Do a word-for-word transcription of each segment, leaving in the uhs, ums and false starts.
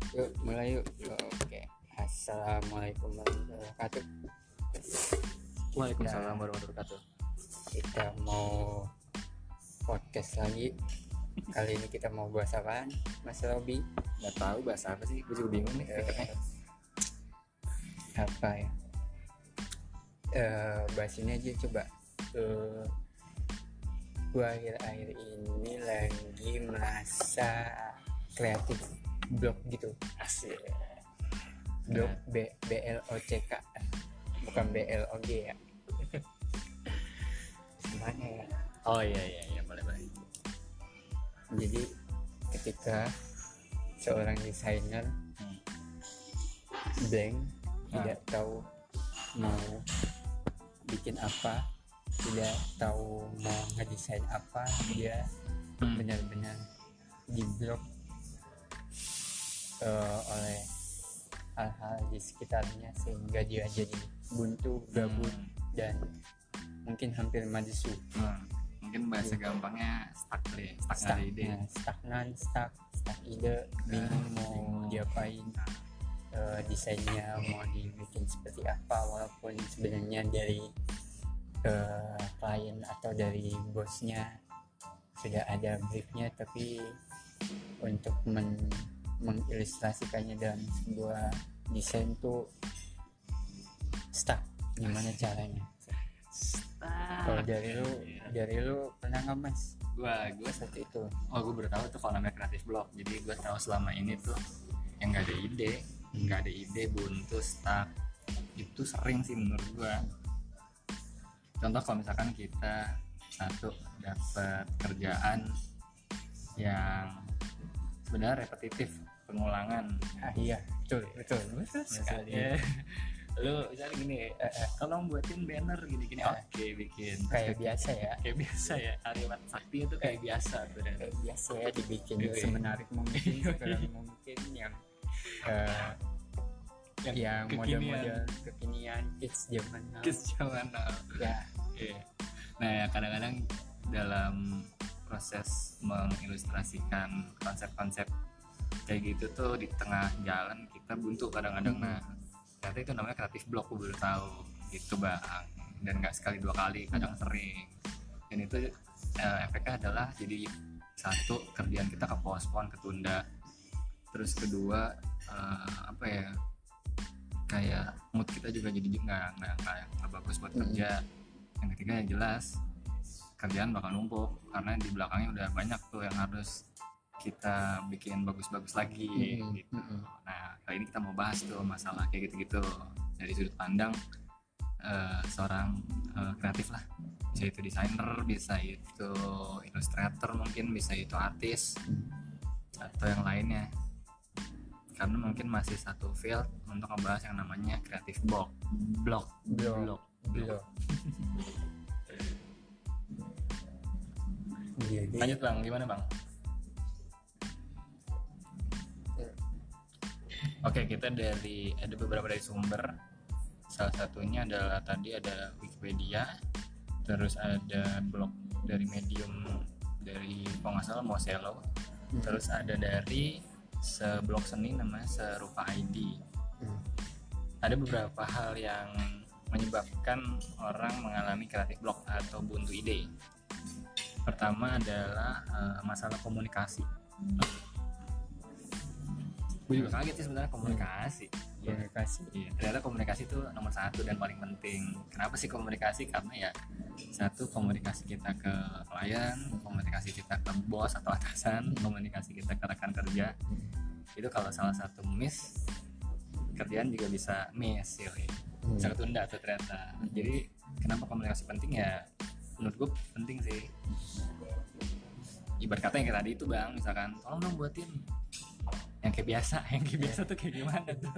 Yuk mulai yuk. Oke. Assalamualaikum warahmatullahi wabarakatuh. Waalaikumsalam warahmatullahi wabarakatuh. Kita mau podcast lagi. Kali ini kita mau bahas apaan, Mas Robi? Nggak tahu bahasa apa sih, gue juga bingung nih. Eh, apa ya? Eh, bahas ini aja coba. Eh, gue akhir-akhir ini lagi merasa kreatif blog gitu. Asik. Blog B B L O C K, bukan B L O G ya. Gimana ya? Oh iya iya iya boleh boleh. Jadi ketika seorang desainer Hmm. blank, Ah. tidak tahu mau bikin apa, tidak tahu mau ngedesain apa, dia Hmm. benar-benar diblok uh, oleh hal-hal di sekitarnya sehingga dia jadi buntu, gabut, Hmm. dan mungkin hampir madesu. Hmm. Mungkin bahasa gampangnya stuck deh, stuck nggak Stuck, ada ide. nah, stagnan, stuck, stuck ide, bingung mau bingung. diapain, uh, desainnya mau dibikin seperti apa, walaupun sebenarnya dari uh, klien atau dari bosnya sudah ada briefnya, tapi untuk men- mengilustrasikannya dalam sebuah desain tuh stuck. Gimana caranya? Kalau dari lu, dari lu pernah nggak Mas Gua gua seperti itu? oh gue baru tahu tuh kalau namanya kreatif block. Jadi gue tahu selama ini tuh yang nggak ada ide, nggak ada ide, buntu, stuck. Itu sering sih menurut gue. Contoh kalau misalkan kita satu dapat kerjaan yang sebenarnya repetitif, pengulangan. Ah iya, betul, betul, betul sekali. Misalnya lu misalnya gini, eh, eh, tolong buatin banner gini-gini. Ah. Oke, bikin. Kayak biasa ya, Kayak biasa ya, kalimat sakti itu kayak biasa tuh. Dan kayak biasa ya dibikin Gitu ya. semenarik mungkin, sekeren mungkin yang eh, yang, yang kekinian, model-model kekinian kids zaman now. kiss zaman now. Ya, Iya. Nah, ya, kadang-kadang dalam proses mengilustrasikan konsep-konsep kayak gitu tuh di tengah jalan kita buntu kadang-kadang. Nah, ternyata itu namanya kreatif block, gue baru tahu gitu bang. Dan nggak sekali dua kali, kadang sering. Dan itu eh, efeknya adalah jadi satu, kerjaan kita kepospon, ketunda. Terus kedua eh, apa ya, kayak mood kita juga jadi nggak nggak nggak nggak bagus buat kerja. Yang ketiga yang jelas kerjaan bakal numpuk karena di belakangnya udah banyak tuh yang harus kita bikin bagus-bagus lagi Mm-mm, gitu. mm-mm. Nah kali ini kita mau bahas tuh masalah kayak gitu-gitu dari sudut pandang eh, seorang eh, kreatif lah, bisa itu desainer, bisa itu ilustrator, mungkin bisa itu artis atau yang lainnya, karena mungkin masih satu field untuk ngebahas yang namanya kreatif block block Blok. block. belum. Jadi Lanjut bang, gimana bang? Oke, kita dari ada beberapa dari sumber. Salah satunya adalah tadi ada Wikipedia, terus ada blog dari Medium dari kalau nggak salah Mosello, Hmm. terus ada dari seblog seni namanya Serupa I D. Hmm. Ada beberapa hal yang menyebabkan orang mengalami kreatif block atau buntu ide. Pertama adalah uh, masalah komunikasi. Gue juga kaget sih sebenarnya komunikasi. Ya, komunikasi. iya, ternyata komunikasi itu nomor satu dan paling penting. Kenapa sih komunikasi? Karena ya satu, komunikasi kita ke klien, komunikasi kita ke bos atau atasan, komunikasi kita ke rekan kerja. Itu kalau salah satu miss, kerjaan juga bisa miss, ya, bisa ketunda tuh ternyata. Jadi kenapa komunikasi penting ya? Menurut gue penting sih. Ibarat kata yang kayak tadi itu bang, misalkan tolong dong buatin yang kayak biasa, yang kayak biasa tuh kayak gimana tuh?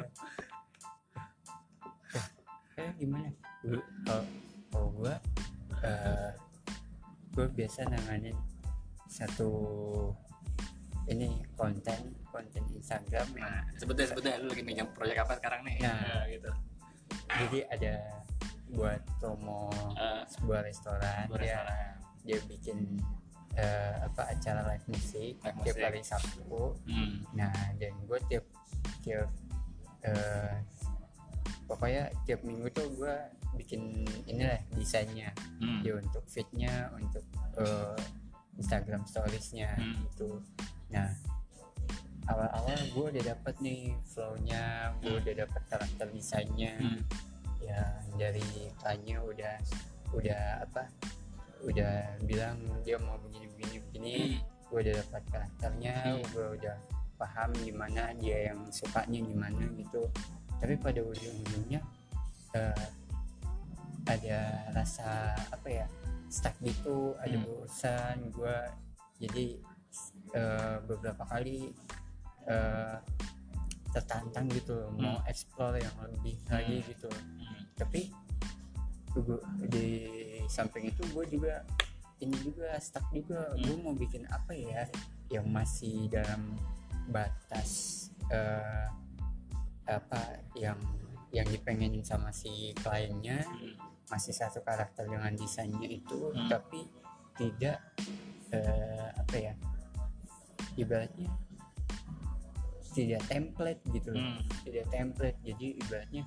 Kayak gimana? Dulu kalau kalau gue, uh, gue biasa nanganin satu ini konten konten Instagram yang Nah, sebetulnya sebetulnya lu lagi megang proyek apa sekarang nih? Nah. Ya, gitu. jadi ada buat promo Eh, sebuah restoran, Buat dia restoran. dia bikin uh, apa acara live musik Live tiap musik. hari Sabtu. Hmm. Nah, dan gue tiap tiap uh, pokoknya tiap minggu tuh gue bikin inilah desainnya, hmm. ya untuk feednya, untuk uh, Instagram storiesnya hmm. gitu. Nah awal-awal gue udah dapet nih flownya, gue udah dapet karakter desainnya, hmm. ya dari kliennya udah udah apa udah bilang dia mau begini begini begini, hmm. gue udah dapat karakternya, hmm. gue udah paham gimana dia yang sukanya gimana gitu. Tapi pada ujung-ujungnya uh, ada rasa apa ya stuck gitu, ada hmm. bosan gue, jadi uh, beberapa kali uh, tertantang gitu hmm. mau explore yang lebih hmm. lagi gitu. hmm. Tapi gue di samping itu gue juga ini juga stuck juga, hmm. gue mau bikin apa ya yang masih dalam batas uh, apa yang yang dipengenin sama si kliennya, hmm. masih satu karakter dengan desainnya itu, hmm. tapi tidak uh, apa ya ibaratnya tidak template gitu, hmm. tidak template. Jadi ibaratnya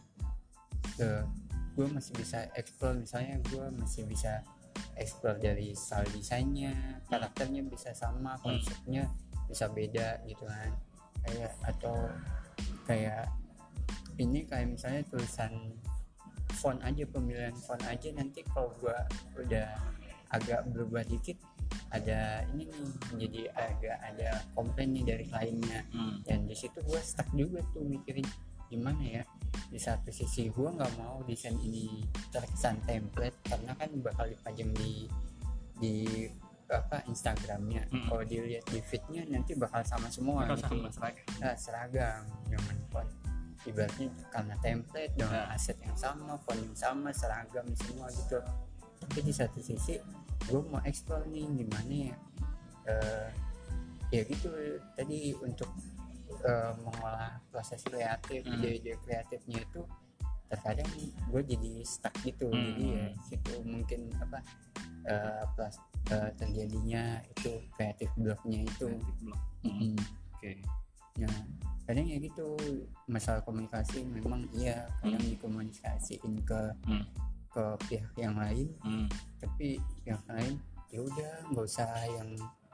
uh, gue masih bisa explore, misalnya gue masih bisa explore dari style desainnya, karakternya bisa sama, konsepnya bisa beda gitu kan, kayak atau kayak ini kayak misalnya tulisan font aja, pemilihan font aja nanti kalau gue udah agak berubah dikit ada ini nih, jadi agak ada komplain nih dari kliennya, hmm. dan di situ gue stuck juga tuh mikirin gimana ya. Di satu sisi gue nggak mau desain ini terkesan template karena kan bakal dipajang di di apa Instagramnya, hmm. kalau dilihat di feednya nanti bakal sama semua bakal gitu, sama, seragam. Nah, seragam dengan font ibaratnya karena template dengan nah. aset yang sama, font yang sama, seragam semua gitu. Tapi di satu sisi gue mau explore nih gimana ya uh, ya gitu tadi untuk Uh, mengolah proses kreatif, hmm. ide-ide kreatifnya itu terkadang gue jadi stuck gitu, hmm. jadi ya situ mungkin apa uh, plus, uh, terjadinya itu kreatif blocknya itu. Block. Mm-hmm. Oke. Okay. Nah kadang ya gitu masalah komunikasi memang iya kadang hmm. dikomunikasiin ke hmm. ke pihak yang lain, hmm. tapi yang lain ya udah nggak usah yang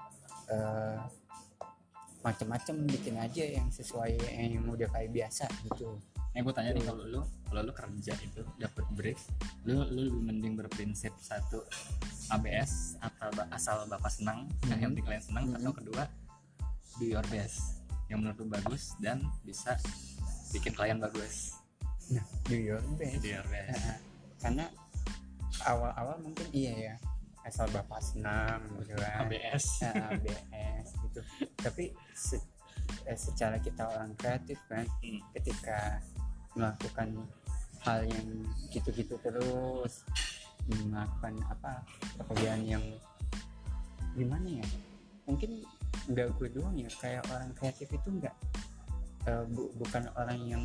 uh, macam-macam, bikin aja yang sesuai yang udah kayak biasa gitu. Yang gue tanya nih, kalau lu kalau lu kerja itu dapat brief, lu lu lebih mending berprinsip satu A B S atau asal bapak senang, mm-hmm. yang penting kalian senang, mm-hmm. atau kedua do your best yang menurut lu bagus dan bisa bikin klien bagus. Nah, do your best. Do your best. Nah, karena awal-awal mungkin iya ya asal bapak senang gitu kan, A B S nah, A B S gitu. Tapi se- eh, secara kita orang kreatif kan, hmm. ketika melakukan hal yang gitu-gitu terus, melakukan apa pekerjaan yang gimana ya, mungkin nggak gue doang ya, kayak orang kreatif itu nggak uh, bu- bukan orang yang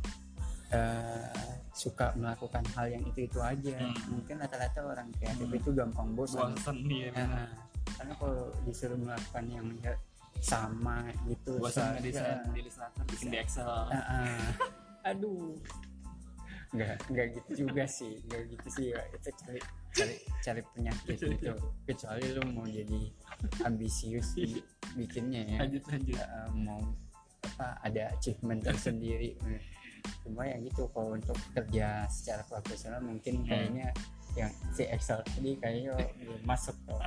uh, suka melakukan hal yang itu-itu aja. hmm. Mungkin rata-rata orang kreatif hmm. itu gampang bosan. Bosan iya, nah, karena kalau disuruh melakukan yang sama gitu, bosan desain di Illustrator bikin di Excel. Uh, uh, aduh, nggak nggak gitu juga sih, nggak gitu sih ya. Itu cari cari cari penyakit gitu. Kecuali lu mau jadi ambisius bikinnya ya. Lanjut lanjut. Uh, mau apa ada achievement tersendiri. Cuma yang gitu, kalau untuk kerja secara profesional mungkin kayaknya hmm. yang si Excel tadi kayaknya belum masuk tuh.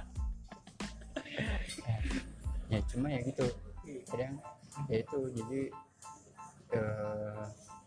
Ya cuma ya gitu kadang ya itu jadi uh,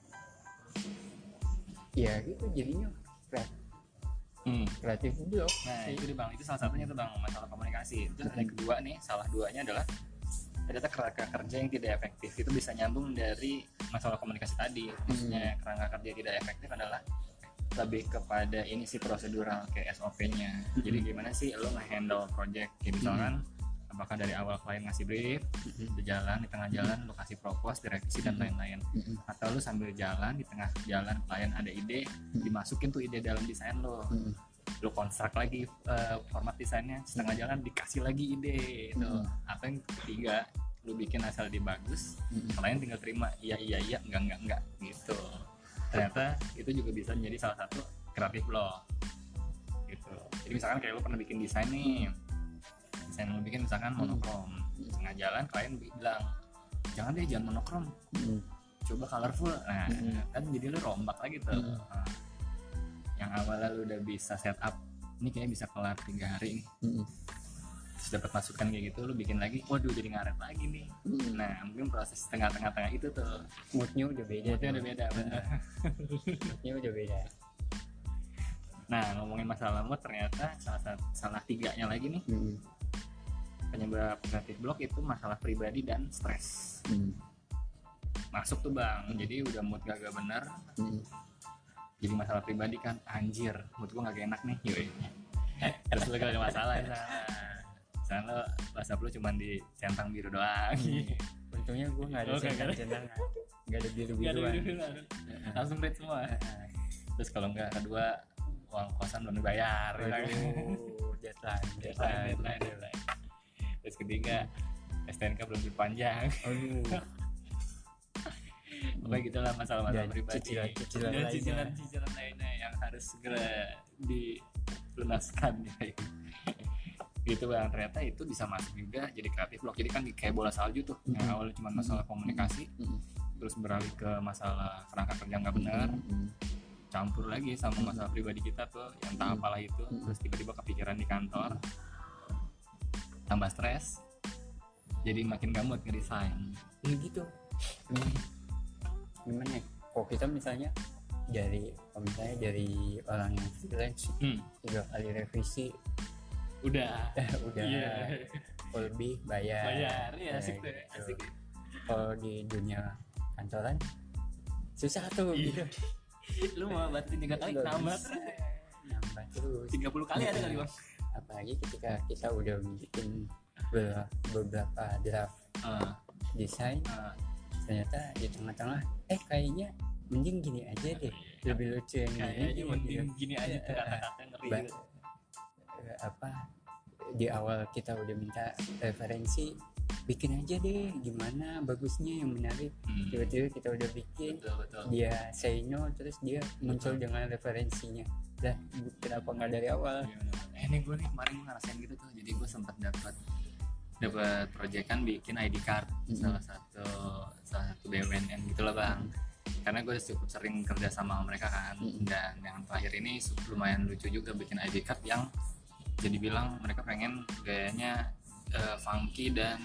ya gitu jadinya kreatif, hmm. kreatif block. Nah itu deh bang, itu salah satunya tuh bang, masalah komunikasi. Terus hmm. yang kedua nih, salah duanya adalah ternyata kerangka kerja yang tidak efektif. Itu bisa nyambung dari masalah komunikasi tadi. Maksudnya kerangka kerja tidak efektif adalah lebih kepada ini sih prosedural kayak S O P-nya. Mm-hmm. Jadi gimana sih lo nge-handle project, kayak misalkan mm-hmm. apakah dari awal klien ngasih brief, mm-hmm. di jalan, di tengah jalan mm-hmm. lo kasih propose, direvisi dan lain-lain. Mm-hmm. Atau lo sambil jalan, di tengah jalan klien ada ide, mm-hmm. dimasukin tuh ide dalam desain lo. Mm-hmm. Lo konstruk lagi uh, format desainnya, setengah jalan dikasih lagi ide itu. Mm-hmm. Atau yang ketiga lu bikin asal dia bagus, Mm-mm. klien tinggal terima iya iya iya enggak enggak enggak gitu. Ternyata itu juga bisa menjadi salah satu kreatif lo gitu. Jadi misalkan kayak lo pernah bikin desain nih, desain lo bikin misalkan monokrom, tengah jalan klien bilang jangan deh jangan monokrom, Mm-mm. coba colorful. Nah Mm-mm. kan jadi lo rombak lagi tuh. Mm-mm. Nah, yang awalnya lo udah bisa setup ini kayaknya bisa kelar tiga hari nih, Mm-mm. terus dapat masukan kayak gitu lo bikin lagi, waduh jadi ngaret lagi nih. Mm-mm. Nah mungkin proses tengah-tengah-tengah itu tuh moodnya udah beda moodnya tuh. udah beda bener. Moodnya udah beda. Nah ngomongin masalah mood, ternyata salah satu salah tiganya lagi nih Mm-mm. penyebab kreatif block itu masalah pribadi dan stres. Mm-mm. Masuk tuh bang, jadi udah mood gak bener, Mm-mm. jadi masalah pribadi kan, anjir mood gue gak enak nih, yoi. Terus lu gak ada masalah ya sana, sana lo WhatsApp lu cuma di centang biru doang. Untungnya gue nggak ada Oh, nggak ada. centang-centangan, nggak ada Gak ada biru-biruan. biru-biruan. Langsung read semua. Terus kalau enggak kedua uang kosan belum dibayar. Aduh, deadline, Deadline, deadline, deadline. Terus ketiga S T N K belum dipanjang. Aduh, Pokoknya gitulah masalah-masalah Dan pribadi. cicilan-cicilan Dan lainnya. cicilan-cicilan lainnya yang harus segera dilunaskan. Gitu bang, ternyata itu bisa masuk juga jadi kreatif block. Jadi kan kayak bola salju tuh, yang Mm-mm. awalnya cuma masalah komunikasi, Mm-mm. terus beralih ke masalah kerangka kerja nggak benar, Mm-mm. campur lagi sama masalah pribadi kita tuh yang tak apalah itu, terus tiba-tiba kepikiran di kantor, tambah stres, jadi makin gak mood ngedesain. Ya gitu. Gimana? Gimana ya? Kok kita misalnya dari, kalau misalnya dari orang yang freelance Hmm, tiga kali revisi udah, udah iya, kalau lebih bayar. bayar, ya asik tuh, Kayak asik. gitu. Kalau di dunia kantoran susah tuh Iya. gitu. Lu mau bantuin tiga kali Nggak nambah bisa. terus, Nambah terus. tiga puluh kali ada kali bang. Apalagi ketika kita udah bikin be- beberapa draft Ah, desain, ah, ternyata di tengah-tengah eh kayaknya mending gini aja deh, lebih lucu yang kayaknya gini mending gitu. gini aja tuh Eh, kata-kata ngeri ba- gitu. eh, apa di awal kita udah minta referensi, bikin aja deh gimana bagusnya yang menarik, Hmm, tiba-tiba kita udah bikin, betul betul. dia say no, terus dia muncul dengan referensinya. Lah kenapa nggak dari awal? Iya, bener. Eh ini gue nih kemarin gue ngerasain gitu tuh, jadi gue sempat dapat dapat proyekan bikin I D card Mm-mm. salah satu salah satu B U M N gitu lah bang, karena gue cukup sering kerja sama mereka kan. Mm-mm. Dan yang terakhir ini lumayan lucu juga, bikin I D card yang jadi bilang mereka pengen gayanya eh, funky dan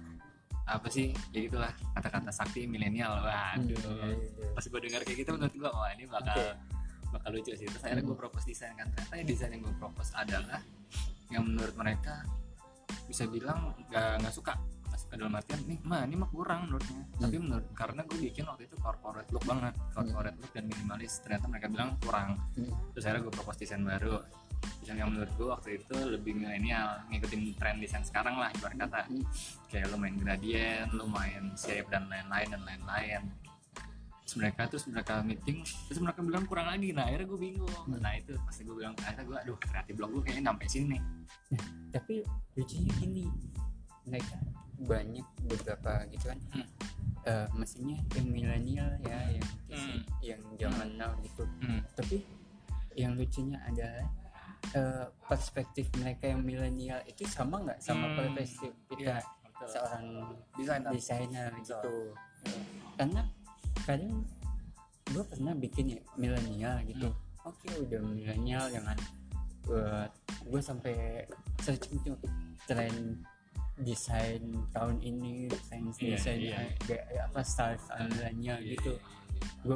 apa sih ya gitulah, kata-kata sakti milenial. Waduh, Hmm. pas gue dengar kayak gitu menurut gue wah ini bakal Oke. bakal lucu sih. Terus akhirnya gue propose desain kan, ternyata ya desain yang gue propose adalah yang menurut mereka bisa bilang nggak nggak suka nggak suka dalam artian nih mah ini mah kurang menurutnya. Tapi menurut karena gue bikin waktu itu corporate look banget, corporate look dan minimalis, ternyata mereka bilang kurang. Hmm. Terus akhirnya gue propose desain baru, desain yang menurut gue waktu itu lebih milenial, ngikutin tren desain sekarang lah ibarat kata. Hmm. Kayak lo main gradient, lo main shape dan lain-lain dan lain-lain. Terus mereka terus mereka meeting, terus mereka bilang kurang lagi. Nah akhirnya gue bingung. Nah itu pasti gue bilang, akhirnya gue aduh kreatif blog gue kayaknya sampai sini nih. Tapi lucunya gini, mereka banyak beberapa gitu kan, Hmm. eh, mesinnya yang milenial ya, yang Hmm. yang zaman now gitu. Hmm. Tapi yang lucunya adalah eh, perspektif mereka yang milenial itu sama nggak sama Hmm. perspektif kita Iya, betul. seorang Desainer. desainer Betul. gitu. Karena kadang gue pernah bikin ya milenial gitu. Hmm. Oke udah milenial dengan buat gue sampai searching tuh tren desain tahun ini, desain Iya, desain iya. kayak apa style stylenya Iya, gitu. iya, iya. Gue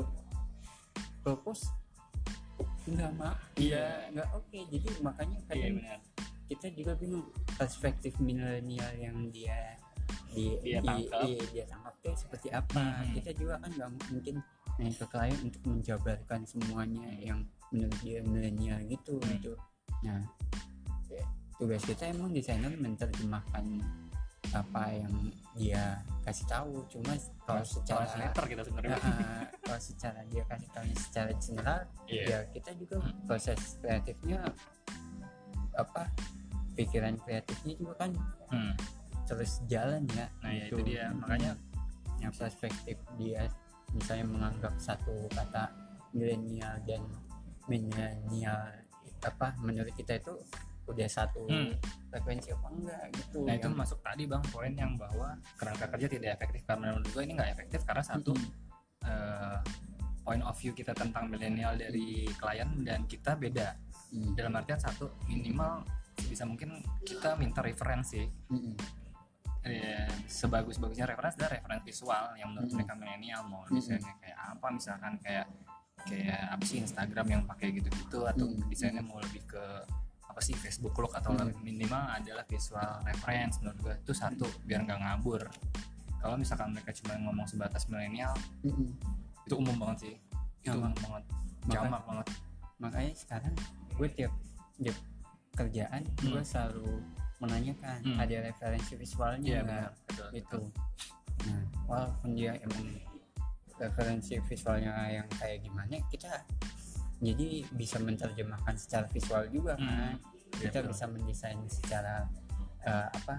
propose nggak mak, iya nggak oke. Jadi makanya Iya kadang benar. kita juga bingung perspektif milenial yang dia di, Dia di- tangkap. iya, dia tangkap tuh seperti apa. Hmm. Kita juga kan nggak mungkin naik ke klien untuk menjabarkan semuanya yang menurut dia milenial gitu Hmm. gitu. Nah ya, tugas kita emang desainer menerjemahkan apa yang dia kasih tahu. Cuma kalau secara Translator kita sebenarnya. Nah, kalau secara dia kasih tahu secara general, Iya. ya kita juga proses kreatifnya apa pikiran kreatifnya juga kan Hmm. terus jalan ya. Nah ya itu dia, makanya yang perspektif dia misalnya menganggap satu kata milenial dan milenial apa menurut kita itu udah satu hmm. frekuensi apa enggak gitu. Nah itu yang... masuk tadi bang poin yang bahwa kerangka kerja tidak efektif, karena menurut gue ini nggak efektif karena satu hmm. uh, point of view kita tentang milenial dari klien dan kita beda. hmm. Dalam artian satu, minimal sebisa mungkin kita minta referensi. hmm. eh, sebagus-bagusnya referensi adalah referensi visual yang menurut hmm. mereka milenial, mau desainnya kayak apa, misalkan kayak kayak apa sih Instagram yang pakai gitu-gitu, atau hmm. desainnya mau lebih ke apa sih Facebook look, atau hmm. minimal adalah visual reference. Menurut gue itu satu, biar nggak ngabur. Kalau misalkan mereka cuma ngomong sebatas milenial, hmm. itu umum banget sih, itu umum banget, jamak banget. Makanya sekarang gue tiap tiap kerjaan hmm. gue selalu menanyakan hmm. ada referensi visualnya nggak, ya, gitu. Nah, walaupun dia emang referensi visualnya yang kayak gimana, kita jadi bisa menerjemahkan secara visual juga kan. hmm. Kita ya, bisa mendesain secara uh, apa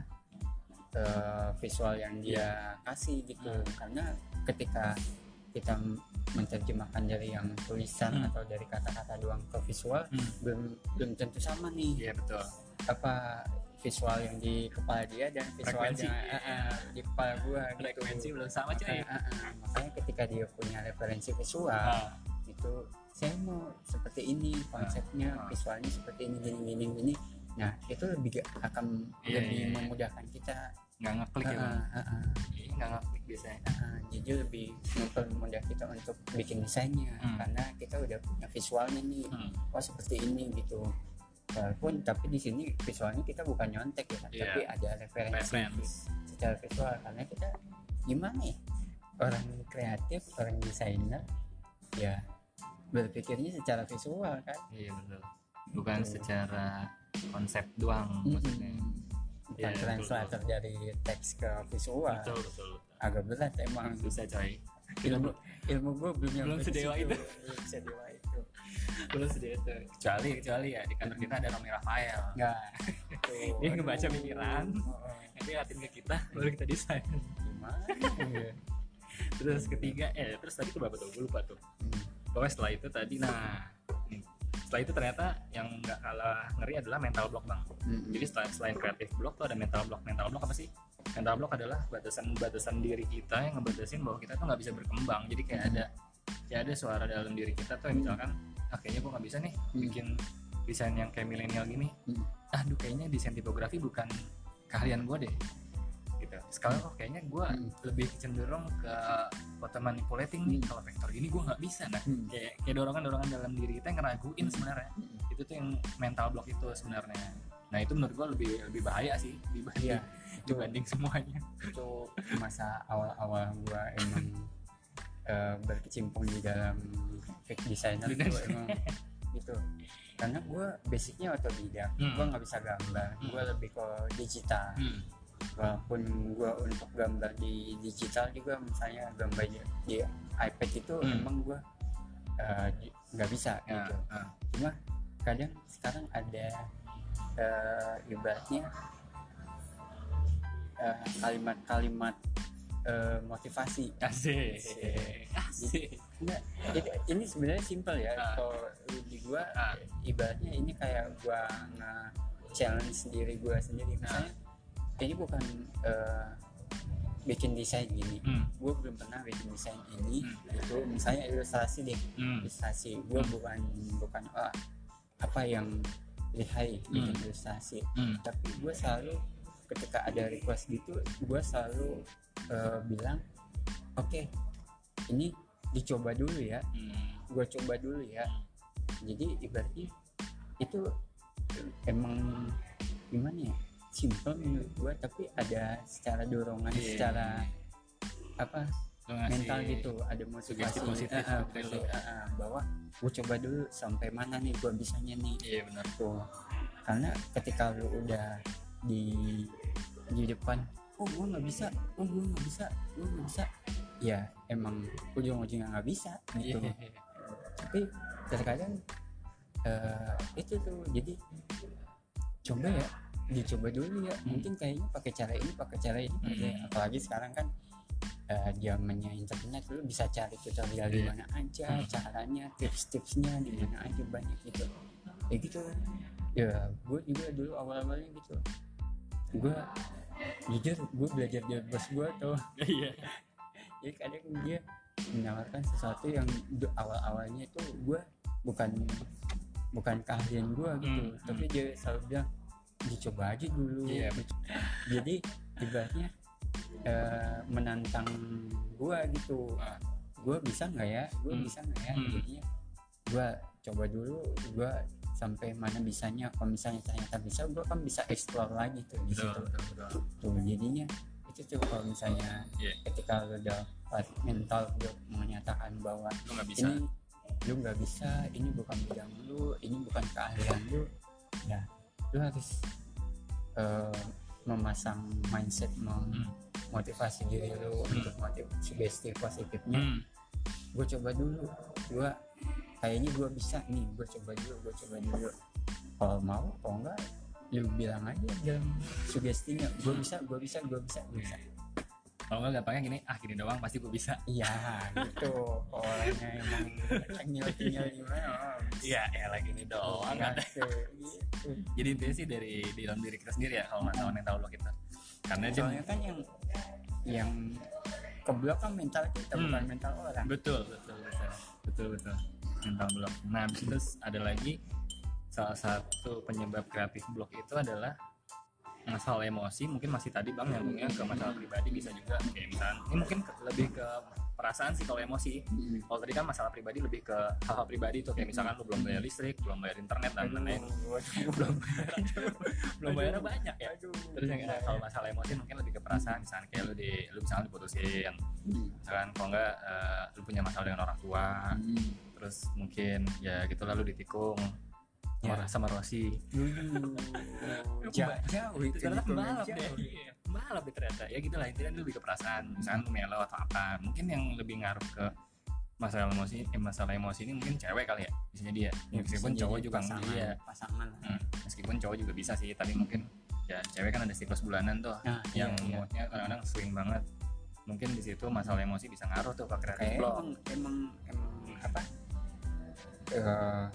uh, visual yang dia kasih gitu. hmm. Karena ketika kita menerjemahkan dari yang tulisan hmm. atau dari kata-kata doang ke visual, hmm. belum belum tentu sama nih. Iya betul. Apa visual yang di kepala dia dan visual yang uh, uh, di kepala gua gitu. Frekuensi belum sama cuy. Uh, uh, uh, makanya ketika dia punya referensi visual, uh. itu saya mau seperti ini konsepnya, uh. visualnya seperti ini gini gini gini. Nah itu lebih akan yeah, lebih yeah, memudahkan kita. Nggak ngeklik ya. Uh, uh, uh. Nggak ngeklik biasanya. Uh, jadi lebih mempermudah kita untuk bikin desainnya, hmm. karena kita udah punya visualnya nih. Hmm. Oh seperti ini gitu. Walaupun tapi di sini visualnya kita bukan nyontek ya, yeah. tapi ada referensi Reference. secara visual, karena kita gimana ya, orang kreatif, orang desainer ya berpikirnya secara visual kan. Iya betul, bukan hmm. secara konsep doang. hmm. maksudnya bukan yeah, translator betul, dari teks ke visual. Betul betul, agak berat emang, susah coy. ilmu ilmu gue belum belum sedewa itu, belum sedewa itu belum sedewa itu kecuali kecuali ya di kantor kita ada Romi Rafael. Enggak. Dia ngebaca pikiran, nanti ngatin ke kita, baru kita desain. Gimana? Terus ketiga, eh terus tadi tuh berapa tuh? Gue lupa tuh. Pokoknya setelah itu tadi, nah setelah itu ternyata yang nggak kalah ngeri adalah mental block bang. Mm-hmm. Jadi selain, selain kreatif block tuh ada mental block. Mental block apa sih? Mental block adalah batasan-batasan diri kita yang ngebatasin bahwa kita tuh nggak bisa berkembang. Jadi kayak mm-hmm. ada kayak ada suara dalam diri kita tuh yang misalkan, ah kayaknya gue nggak bisa nih mm-hmm. bikin desain yang kayak milenial gini. Mm-hmm. Aduh kayaknya desain tipografi bukan keahlian gue deh. Gitu. Sekarang kok kayaknya gue hmm. lebih cenderung ke foto manipulating nih, kalau vektor gini gue nggak bisa. Nah hmm. kayak kayak dorongan-dorongan dalam diri kita yang ngeraguin sebenarnya. hmm. Itu tuh yang mental block itu sebenarnya. Nah itu menurut gue lebih lebih bahaya sih dibanding, ya, dibanding semuanya. Itu masa awal-awal gue emang uh, berkecimpung di dalam graphic designer itu emang gitu. Karena gue basicnya otodidak, hmm. gue nggak bisa gambar, hmm. gue lebih ke digital. hmm. Walaupun gue untuk gambar di digital juga, misalnya gambar di, di iPad itu hmm. emang gue nggak uh, bisa ya, gitu. Uh. Cuma kadang sekarang ada uh, ibaratnya uh, kalimat-kalimat uh, motivasi. Asik. Asik. Nah, ini, ini sebenarnya simpel ya. Uh. Kalau di gue uh. ibaratnya ini kayak gue nge-challenge diri gue sendiri. Misalnya uh. ini bukan uh, bikin desain gini, hmm. gue belum pernah bikin desain ini. hmm. Itu misalnya ilustrasi deh, hmm. ilustrasi gue hmm. bukan bukan oh, apa yang lihai bikin hmm. ilustrasi. hmm. Tapi gue selalu ketika ada request gitu, gue selalu uh, bilang oke okay, ini dicoba dulu ya, hmm. gue coba dulu ya. Jadi ibaratnya itu emang gimana ya, simple menurut gue, tapi ada secara dorongan, yeah. secara apa mental gitu, ada motivasi positif uh, uh, uh, uh, bahwa gue coba dulu sampai mana nih gue bisanya nih. Iya yeah, benar tuh. Karena ketika lu udah di di depan, oh gue nggak bisa, oh gue nggak bisa, gue nggak bisa, ya emang ujung-ujungnya nggak bisa gitu. yeah. Tapi terkadang uh, itu tuh, jadi coba ya dicoba dulu ya. Hmm. Mungkin kayaknya pakai cara ini, pakai cara ini, pakai Hmm. apalagi sekarang kan uh, zamannya internet, lu bisa cari tutorial di Iya. mana aja, Hmm. caranya, tips-tipsnya di mana aja banyak gitu. Ya gitu. Ya, gue juga dulu awal-awalnya gitu. Gue jujur gue belajar dari bos gue tuh. Iya. Jadi kadang dia menawarkan sesuatu yang du- awal-awalnya itu gue bukan bukan keahlian gue gitu, Hmm, tapi dia selalu bilang dicoba aja dulu. Iya. Jadi ibaratnya eh, menantang gue gitu, Ah. gue bisa nggak ya, gue Hmm. bisa nggak ya. Hmm. Jadinya gue coba dulu, gue sampai mana bisanya. Kalau misalnya ternyata bisa, gue kan bisa explore lagi tuh di Betul, situ betul, betul. tuh. Jadinya itu tuh kalau misalnya Iya. ketika lu udah pas mental lu menyatakan bahwa Lu nggak bisa. ini lu nggak bisa, ini bukan bidang lu, ini bukan keahlian lu, ya lu harus uh, memasang mindset, memotivasi diri lu Hmm. untuk motiv sugesti positifnya. Hmm. Gue coba dulu, gue kayaknya gue bisa nih, gue coba dulu, gue coba dulu. Kalau mau, kalau enggak, lu bilang aja dalam sugestinya, gue bisa, gue bisa, gue bisa, gue bisa. Kalau nggak gampangnya gini, ah gini doang pasti gue bisa. Iya gitu. Orangnya emang nyel-nyel gimana? Iya, ya lagi ini doang. Iya, Ada. gitu. Jadi intinya sih dari di dalam diri kita sendiri ya kalau masalah mental block kita. Karena dia Soalnya kan yang yang keblok kan mental kita, Hmm. bukan mental orang. betul, betul, betul, betul, betul. Mental block. Nah, habis itu ada lagi salah satu penyebab kreatif block itu adalah masalah emosi. Mungkin masih tadi bang nyambungnya ke masalah pribadi, bisa juga kayak misalnya ini mungkin ke- lebih ke perasaan sih kalau emosi. Hmm. Kalau tadi kan masalah pribadi lebih ke hal-hal pribadi tuh kayak misalkan lu belum bayar listrik, belum bayar internet dan lain-lain, belum belum bayar banyak ya. Terus yang nah, kalau masalah emosi mungkin lebih ke perasaan, misalkan kayak lu di lu misalnya diputusin, misalkan kalau enggak eh, lu punya masalah dengan orang tua, Hmm. terus mungkin ya gitu lalu ditikung Ya. sama, sama Rossi. Jauh, jauh itu Ternyata di pembalap jauh. deh. Iya, pembalap deh ternyata. Ya gitulah intinya itu lebih ke perasaan. Misalkan lu melo atau apa. Mungkin yang lebih ngaruh ke masalah emosi, eh, masalah emosi ini mungkin cewek kali ya. Bisa dia. Ya, Meskipun bisa cowok jadi juga pasangan, iya. pasangan. Hmm, meskipun cowok juga bisa sih, tapi mungkin ya cewek kan ada siklus bulanan tuh Nah, yang iya, iya. moodnya kadang-kadang swing banget. Mungkin di situ masalah emosi bisa ngaruh tuh ke kreatif Kayak block. emang emang emang apa? Eh,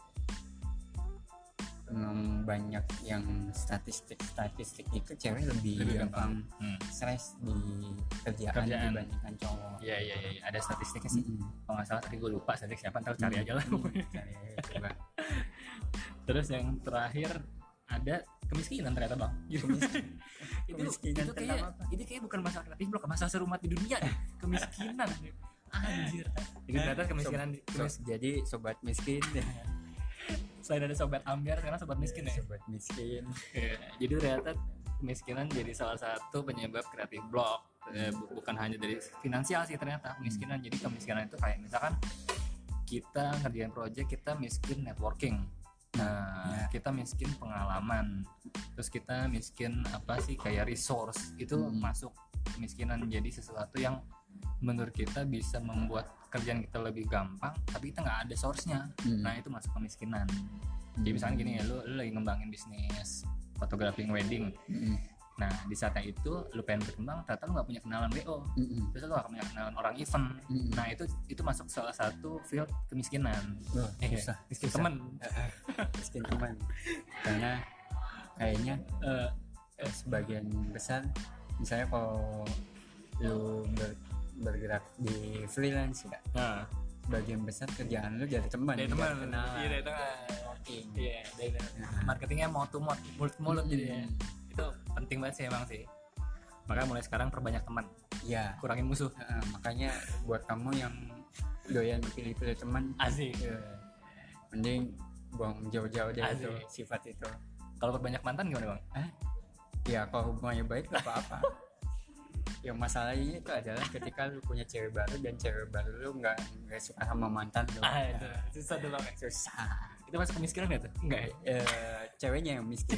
emang banyak yang statistik-statistik itu cewek lebih Lebih gampang gampang. Hmm. stres di kerjaan, Kerjaan. dibandingkan cowok. Iya iya iya, ada statistiknya sih. Mm-mm. Kalau nggak salah tadi gue lupa statistik siapa, ntar cari aja lah. Hmm, cari coba. Terus yang terakhir ada kemiskinan ternyata bang. Kemiskin- itu Kemiskinan itu kayak tentang apa? itu kayak bukan masalah kreatif blok, masalah serumat di dunia deh. Kemiskinan. Anjir. Jadi ternyata kemiskinan Sob- kemis, sob- jadi sobat miskin selain ada sobat ambiar sekarang sobat miskin ya. sobat miskin. Iya, jadi ternyata kemiskinan jadi salah satu penyebab kreatif block. Eh, bu- bukan hanya dari finansial sih ternyata kemiskinan. Jadi kemiskinan itu kayak misalkan kita ngerjain project kita miskin networking. Nah, Ya. kita miskin pengalaman. Terus kita miskin apa sih kayak resource. Itu Hmm. masuk kemiskinan, jadi sesuatu yang menurut kita bisa membuat kerjaan kita lebih gampang, tapi kita nggak ada source-nya. Hmm. Nah, itu masuk kemiskinan. Jadi misalnya gini ya, lu, lu lagi ngembangin bisnis fotografi wedding. Mm-mm. Nah, di saatnya itu lu pengen berkembang, ternyata lu nggak punya kenalan W O. Mm-mm. Terus lu nggak punya kenalan orang event. Mm-mm. Nah, itu itu masuk salah satu field kemiskinan. Wah, Eh, susah, miskin susah. temen. miskin teman, karena kayaknya Eh, eh, sebagian besar misalnya kalau lu ber- bergerak di freelance ya, nah, sebagian besar kerjaan lu jadi teman, dari jadi teman. kenal. Iya, dari teman. Networking. Iya, dari Nah. marketingnya mau to mulut mulut to mulut jadi ya. Hmm. Itu penting banget sih emang sih. Makanya mulai sekarang perbanyak teman, Ya, kurangin musuh. eh, makanya buat kamu yang doyan pilih-pilih teman, Asik. ya, mending buang jauh-jauh deh Asik. itu sifat itu. Kalau perbanyak mantan gimana bang? Ya kalau hubungannya baik gak apa-apa. Yang masalahnya itu adalah ketika lu punya cewek baru dan cewek baru lu nggak nggak suka sama mantan lu. Ah, itu susah tuh bang. Susah. Itu masuk kemiskinan ya tuh? Enggak ya? Eh, ceweknya yang miskin.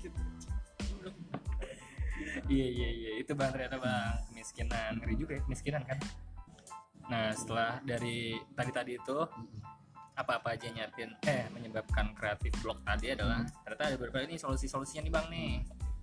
Iya iya iya, itu bang ternyata bang kemiskinan, ngeri juga ya kemiskinan kan. Nah setelah dari tadi tadi itu apa-apa aja nyiapin eh menyebabkan kreatif block tadi adalah hmm. ternyata ada beberapa ini solusi-solusinya nih bang nih.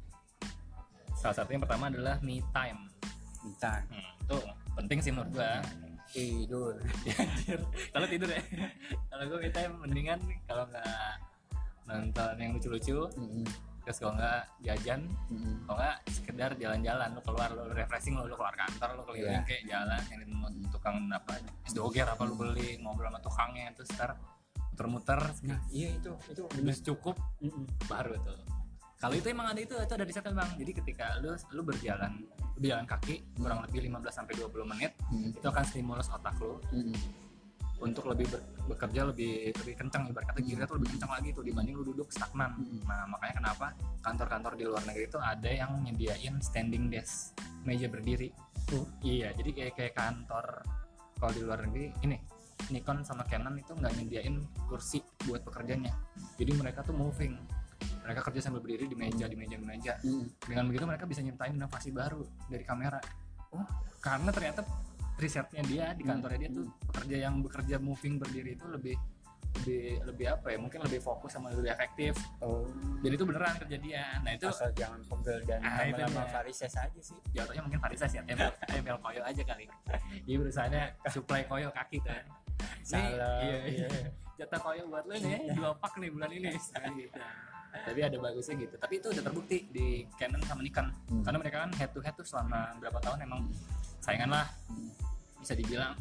Salah satunya yang pertama adalah me time. Me time. Hmm, itu penting sih menurut gua. Tidur. Kalau tidur ya. Kalau gua me time mendingan kalau nggak nonton yang lucu-lucu. Mm-hmm. Terus kalau nggak jajan, mm-hmm. kalau nggak sekedar jalan-jalan, lu keluar, lu refreshing, lu, lu keluar kantor, lu keliling yeah. kayak jalan, yang mm-hmm. tukang apa, es doger apa lu beli, ngobrol sama tukangnya, terus ntar muter-muter, nah, iya itu, itu udah cukup, mm-hmm. baru tuh. Kalau itu emang ada itu, itu ada risetnya bang. Jadi ketika lu lu berjalan, lu berjalan kaki kurang lebih lima belas sampai dua puluh menit, mm-hmm. itu akan stimulus otak lu. Mm-hmm. Untuk lebih ber, bekerja lebih lebih kencang, ibarat kata giratnya tuh lebih kencang lagi tuh dibanding lu duduk stagnan. Mm-hmm. Nah makanya kenapa kantor-kantor di luar negeri itu ada yang nyediain standing desk, meja berdiri. Uh. Iya, jadi kayak kayak kantor kalau di luar negeri ini Nikon sama Canon itu nggak nyediain kursi buat pekerjanya. Jadi mereka tuh moving, mereka kerja sambil berdiri di meja di meja di meja. Mm-hmm. Dengan begitu mereka bisa nyiptain inovasi baru dari kamera. Oh, karena ternyata risetnya dia di kantornya dia tuh pekerja yang bekerja moving berdiri itu lebih lebih lebih apa ya, mungkin lebih fokus sama lebih efektif. Oh. Jadi itu beneran kejadian. Nah itu asal jangan pegel dan ah, lama-lama varises aja sih. Jatuhnya mungkin varises ya, tempel tempel koyo aja kali. Jadi perusahaannya supply koyo kaki kan. Salah. Iya, iya. Jatah koyo buat lo nih dua pak nih bulan ini. Gitu. Tapi ada bagusnya gitu. Tapi itu udah terbukti di Canon sama Nikon. Hmm. Karena mereka kan head to head tuh selama berapa tahun emang saingan lah. Bisa dibilang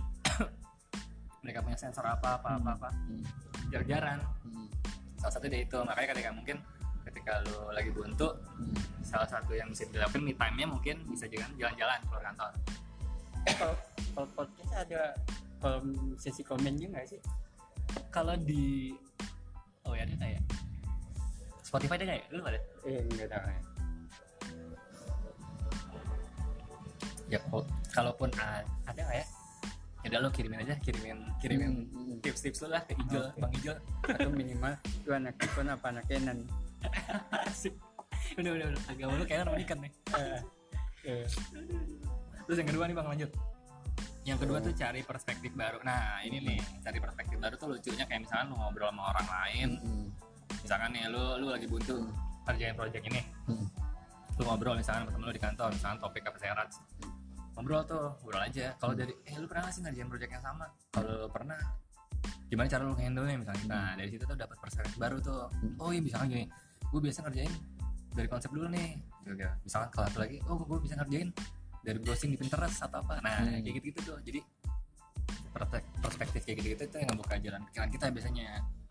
mereka punya sensor apa apa apa apa hmm. jar-jaran. Hmm. Salah satu dari itu, makanya ketika mungkin ketika lu lagi buntu, hmm. salah satu yang bisa dilakukan me time-nya mungkin bisa juga jalan-jalan keluar kantor. Kalau kalau podcast ada kalau sesi komennya nggak sih? Kalau di oh ya ada kayak Spotify ada kayak lu ada? Eh nggak tahu ya. Ya kalaupun ada nggak ya? Ya udah lo kirimin aja, kirimin kirimin hmm, tips-tips lo lah ke Ijel, okay. Bang Ijel. Atau minimal lu anak Nikon apa anak Canon. Asik. Udah udah udah agak lu Canon Nikon nih. Uh, uh. Terus yang kedua nih bang, lanjut. Yang kedua uh. tuh cari perspektif baru. Nah ini nih, cari perspektif baru tuh lucunya kayak misalnya lu ngobrol sama orang lain. Hmm. Misalkan nih lu lu lagi buntu hmm. kerjain project ini. Hmm. Lu ngobrol misalkan sama temen lu di kantor, misalkan topik apa serat. Ngobrol tuh, ngobrol aja. Kalau dari, eh lu pernah gak sih ngerjain project yang sama? Kalau pernah, gimana cara lu handle-nya misalnya? Nah dari situ tuh dapat perspektif baru tuh. Oh iya misalkan gini, gue biasa ngerjain dari konsep dulu nih. Juga. Misalkan kalau satu lagi, oh gue bisa ngerjain dari browsing di Pinterest atau apa. Nah hmm. kayak gitu-gitu tuh. Jadi perspektif kayak gitu-gitu tuh yang ngebuka jalan pikiran kita biasanya.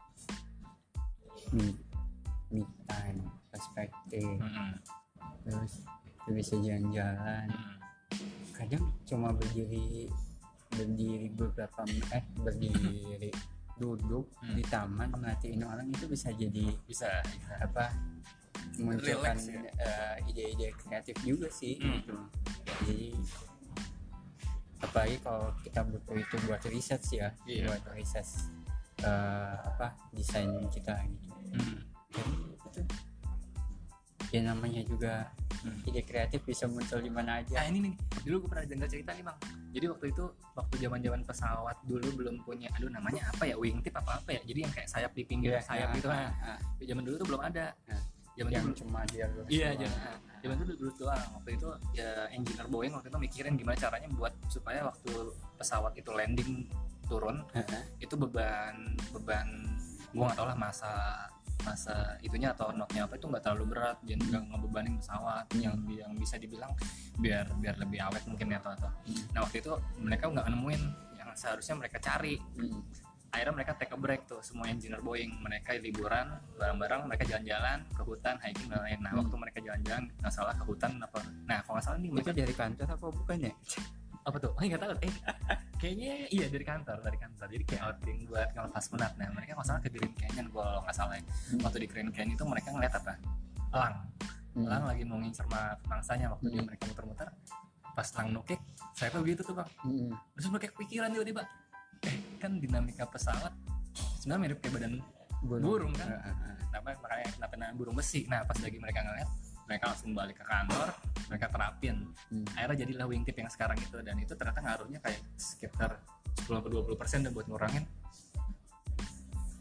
Hmm. Me time, perspektif. Hmm. Terus bisa jalan-jalan. Hmm. Kadang cuma berdiri berdiri beberapa eh berdiri duduk hmm. di taman merhatiin orang itu bisa jadi bisa, bisa. apa munculkan ya? uh, ide-ide kreatif juga sih hmm. gitu. Jadi apalagi kalau kita butuh itu buat riset ya, yeah. buat riset uh, apa desain kita gitu. Hmm. Jadi itu ya namanya juga hmm. ide kreatif bisa muncul di mana aja. Nah ini nih, dulu gue pernah dengar cerita nih bang. Jadi waktu itu, waktu zaman-zaman pesawat dulu belum punya, aduh namanya apa ya, wingtip apa apa ya. Jadi yang kayak sayap di pinggir yeah, sayap yeah, gitu kan. Uh, uh. Zaman dulu tuh belum ada. Uh, zaman yang dulu cuma dia lurus. Iya, zaman, zaman dulu dulu doang. Waktu itu ya engineer Boeing waktu itu mikirin gimana caranya buat supaya waktu pesawat itu landing turun, uh-huh. itu beban beban gue nggak tahu lah masa masa itunya atau notnya apa itu nggak terlalu berat, jadi nggak ngebebanin pesawat hmm. yang yang bisa dibilang biar biar lebih awet mungkin ya atau atau hmm. Nah waktu itu mereka nggak nemuin yang seharusnya mereka cari. hmm. Akhirnya mereka take a break tuh semua engineer Boeing, mereka liburan bareng-bareng, mereka jalan-jalan ke hutan, hiking dan lain. Nah hmm. waktu mereka jalan-jalan nggak salah ke hutan apa, nah kalau nggak salah nih mereka itu dari kantor apa bukan ya? Apa tuh? Oh nggak tahu. Eh kayaknya iya dari kantor dari kantor. Jadi kayak outing buat ngelepas penat. Nah mereka nggak salah ke Grand Canyon kalau nggak salah. Hmm. Waktu di Grand Canyon itu mereka ngeliat apa? Elang. Hmm. Elang lagi mau ngincer mangsanya waktu hmm. dia mereka muter-muter. Pas elang nukik, saya tuh begitu tuh bang. Hmm. Terus mereka kepikiran tiba-tiba. Eh kan dinamika pesawat sebenarnya mirip kayak badan burung, burung kan? Kenapa makanya kenapa namanya burung besi? Nah pas lagi mereka ngeliat, mereka langsung balik ke kantor, mereka terapin. Hmm. Akhirnya jadilah wingtip yang sekarang itu, dan itu ternyata ngaruhnya kayak sekitar sepuluh sampai dua puluh persen dan buat ngurangin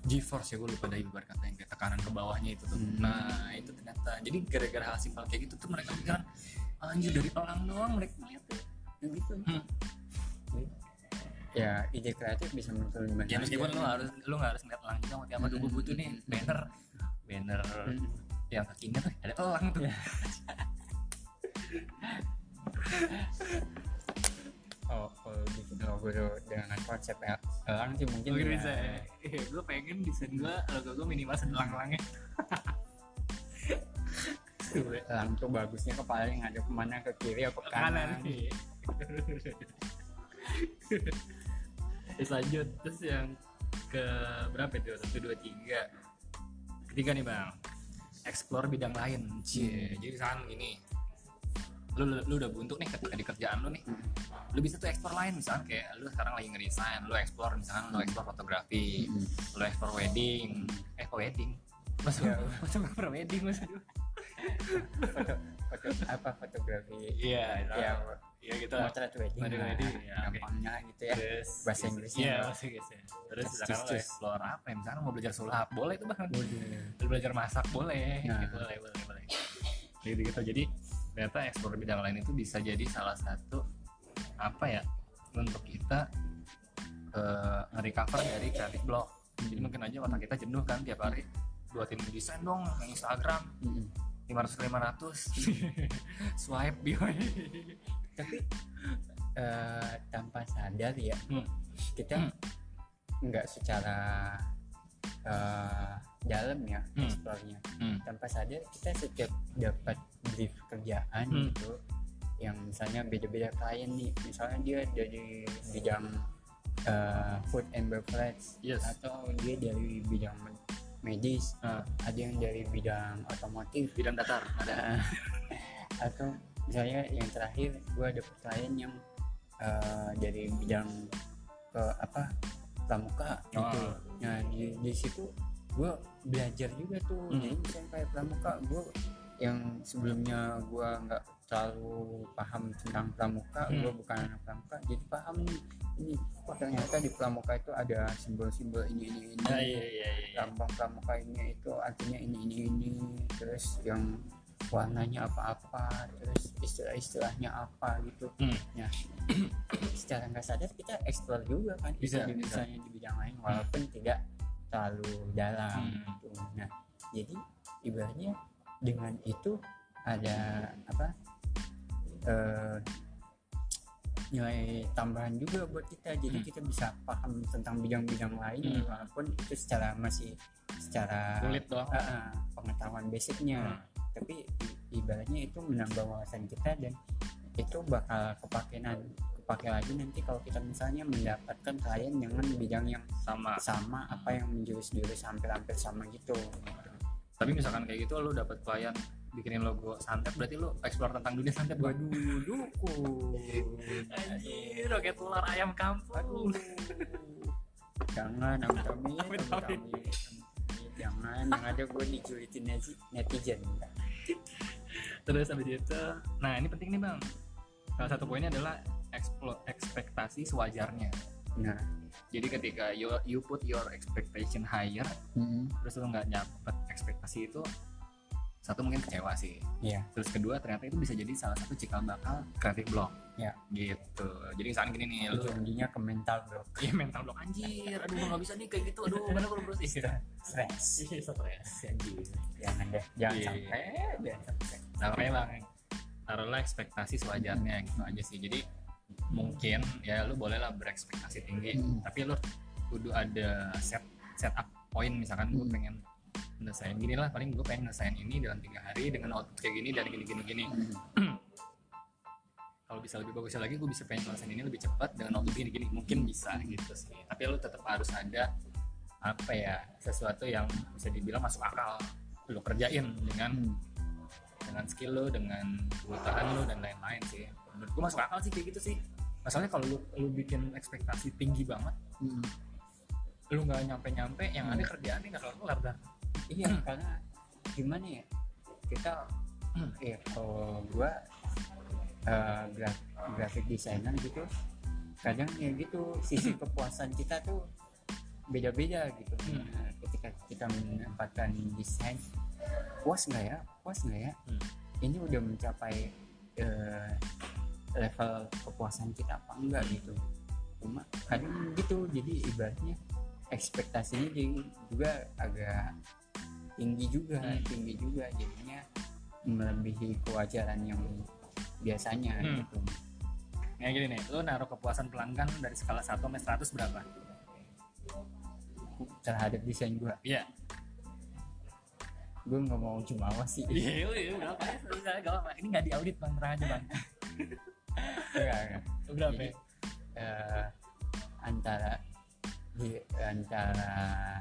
G-force ya, gue lupa dari ibarat kata yang kayak tekanan ke bawahnya itu tuh. Hmm. Nah itu ternyata jadi gara-gara hal simpel kayak gitu tuh mereka pikiran anjir dari elang doang mereka ngeliat tuh yang gitu. Hmm. Ya ide kreatif bisa muncul di mana Ya meskipun aja. lu harus lu nggak harus ngeliat elang juga mau tiap apa tuh gue butuh nih banner banner Hmm. yang kakinya tuh ada elang tuh. Oh, kalau bikin logo tuh dengan konsep elang sih mungkin Mungkin ya. bisa ya. Eh, gue pengen desain gue logo gue minimal sedelang-elangnya. Elang tuh bagusnya kepala yang ada kemana, ke kiri apa ke kanan. nih. Terus lanjut, terus yang ke berapa itu? Satu dua tiga. Ketiga nih bang, explore bidang lain. Cie, jadi misalkan gini, lu, lu lu udah buntu nih ketika di kerjaan lu nih, lu bisa tuh explore lain, misalkan kayak lu sekarang lagi ngedesain, lu explore misalkan lu explore fotografi, lu explore wedding, eh wedding, maksud Ya. maksud gue wedding maksud gue. Foto, foto apa fotografi? Iya, Ya, ya gitu lah. motret wedding. Motret lah, wedding, ya, oke. gampangnya gitu ya. Terus Bahasa Inggrisnya iya nggak? bahasa Inggrisnya. Terus Cus, misalkan cus, lo cus. explore apa ya, misalkan mau belajar sulap boleh tuh bang, Boleh. lu belajar masak boleh. Nah. Gitu, boleh boleh boleh gitu gitu. Jadi ternyata explore bidang lain itu bisa jadi salah satu apa ya untuk kita uh, nge-recover dari creative block. Jadi mungkin aja otak kita jenuh kan tiap hari buatin desain dong yang Instagram Mm-mm. lima ratus lima ratus swipe bio. Tapi eh, tanpa sadar ya Hmm. kita Hmm. nggak secara eh, dalam ya Hmm. explore-nya. Hmm. Tanpa sadar kita setiap dapat brief kerjaan Hmm. gitu yang misalnya beda-beda klien nih, misalnya dia dari bidang eh, food and beverage, Yes. atau dia dari bidang medis, Nah, ada yang dari bidang otomotif, bidang datar ada. Nah, atau misalnya yang terakhir gue ada klien yang uh, dari bidang ke apa pramuka gitu. Oh. Nah di di situ gue belajar juga tuh. Hmm. Jadi misalnya kayak pramuka, gue yang sebelumnya gue nggak terlalu paham tentang pramuka, Hmm. gue bukan anak pramuka, jadi paham nih ini kok ternyata di pramuka itu ada simbol-simbol ini ini ini. Ah, iya iya iya. Lambang pramuka ini itu artinya ini ini ini, terus yang warnanya apa-apa, terus istilah-istilahnya apa gitu. Hmm. Nah, secara nggak sadar kita explore juga kan, Bisa, di- bisa. misalnya di bidang lain walaupun tidak terlalu dalam. Hmm. Gitu. Nah, jadi ibaratnya dengan itu ada apa? eh, nilai tambahan juga buat kita, jadi Hmm. kita bisa paham tentang bidang-bidang lain Hmm. walaupun itu secara masih secara Kulit doang. uh, uh, pengetahuan basicnya, Hmm. tapi i- ibaratnya itu menambah wawasan kita dan itu bakal kepake nan- kepake lagi nanti kalau kita misalnya mendapatkan klien dengan bidang yang Sama. sama, apa yang menjurus-jurus hampir-hampir sama gitu. Tapi misalkan kayak gitu lu dapat klien bikinin logo santet, berarti lu explore tentang dunia santet. Waduh, dukun. Anjir, roket ular ayam kampung. Jangan, amit amit, Amit, amit amit. amit, jangan, yang ada gue dijulitin neti- netizen. Terus habis itu, nah ini penting nih bang. Salah satu poinnya adalah explore ekspektasi sewajarnya. Nah, Jadi ketika you, you put your expectation higher, terus lu nggak dapet ekspektasi itu, satu mungkin kecewa sih. iya, Terus kedua ternyata itu bisa jadi salah satu cikal bakal creative block. Ya. Gitu. Jadi misalnya gini nih, lu ujung-ujungnya ke mental bro, iya mental block anjir. Aduh gue nggak bisa nih kayak gitu. Aduh mana gue terus istirahat. stres. Iya stres anjir. Jangan deh, jangan Iya. sampai, jangan sampai. Nah makanya bang, taruhlah ekspektasi sewajarnya gitu aja sih. Jadi mungkin ya lu bolehlah berekspektasi tinggi, Hmm. tapi lu kudu ada set setup point. Misalkan gue Hmm. pengen nyelesain gini lah, paling gue pengen nyelesain ini dalam tiga hari dengan output kayak gini dan gini gini gini. Hmm. Kalau bisa lebih bagusnya lagi, gue bisa pengen nyelesain ini lebih cepat dengan output gini gini, mungkin bisa gitu sih. Tapi lu tetap harus ada apa ya, sesuatu yang bisa dibilang masuk akal lu kerjain dengan Hmm. dengan skill lo, dengan kebutuhan lo dan lain-lain sih. Menurut gue masuk akal sih kayak gitu sih. Masalahnya kalau lu, lu bikin ekspektasi tinggi banget, Hmm. lu nggak nyampe-nyampe, yang ada kerjaannya nggak kelar-kelar dah. Iya, karena gimana ya, kita Hmm. ya kalau gua uh, gra- graphic designer gitu, kadang ya gitu sisi kepuasan kita tuh beda-beda gitu. Hmm. Nah, ketika menempatkan desain puas nggak ya puas nggak ya Hmm. ini udah mencapai uh, level kepuasan kita apa enggak gitu. Cuma kadang gitu, jadi ibaratnya ekspektasinya juga agak tinggi juga Hmm. tinggi juga jadinya melebihi kewajaran yang biasanya Hmm. gitu. Kayak gini nih, lu naruh kepuasan pelanggan dari skala satu sampai seratus berapa? Terhadap desain gua Iya. gua nggak mau jumawa sih. Iya, iya, berapa ya? Misalnya gak apa-apa. Ini nggak diaudit bang, terang aja bang. Enggak, enggak. Berapa? Jadi, eh, antara di antara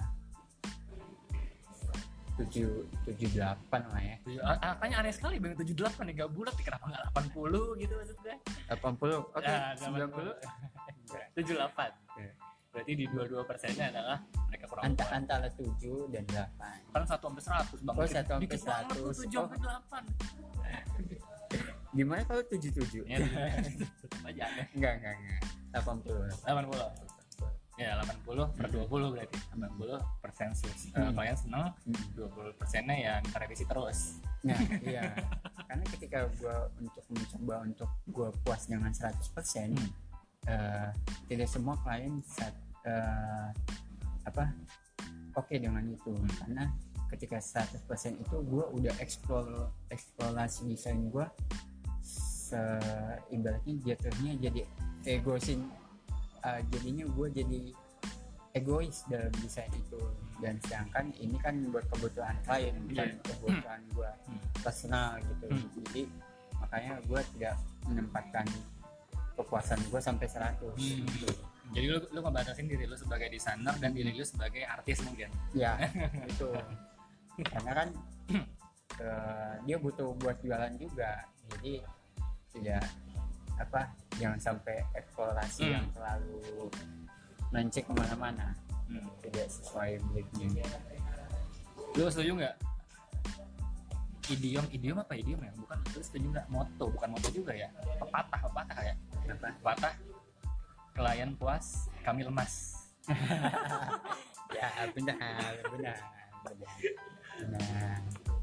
tujuh tujuh delapan lah ya. Tujuh, ah, angkanya aneh sekali bang, tujuh delapan nih, gak bulat, kenapa nggak delapan puluh gitu maksud gue? delapan puluh oke. Nah, sembilan puluh tujuh delapan. Oke. Berarti di dua puluh dua persennya adalah mereka kurang Anta, puas. antara tujuh dan delapan. Kan satu sampai seratus bang. Oh, Dikit- satu sampai dikit banget tuh, seratus. tujuh Oh. sampai delapan. Gimana kalau tujuh tujuh? Ya, tetap aja aneh. Enggak, enggak, enggak. delapan puluh. delapan puluh. Ya, delapan puluh per dua puluh berarti. delapan puluh persen sus. Uh, klien seneng, dua puluh persennya ya kita revisi terus. Nah, iya. Karena ketika gua untuk mencoba untuk gua puas dengan seratus persen, Hmm. eh, tidak semua klien saat, eh, apa oke dengan itu. Karena ketika seratus persen itu gua udah eksplor eksplorasi desain gua se ibaratnya jatuhnya jadi egosin, uh, jadinya gue jadi egois dalam desain itu, dan sedangkan ini kan buat kebutuhan klien bukan Yeah. kebutuhan gue Hmm. personal gitu. Hmm. Jadi makanya gue tidak menempatkan kepuasan gue sampai seratus. Hmm. Gitu. Jadi lu lu ngebatasin diri lu sebagai desainer dan diri lu sebagai artis mungkin. Ya itu karena kan uh, dia butuh buat jualan juga, jadi tidak apa jangan sampai eksplorasi Hmm. yang terlalu mencek kemana-mana, Hmm. tidak sesuai briefnya. Lu setuju nggak? Idiom, idiom apa idiom ya? Bukan, lu setuju nggak? Moto, bukan moto juga ya? Pepatah, pepatah ya? Apa? Pepatah, klien puas, kami lemas. Ya benar benar benar benar.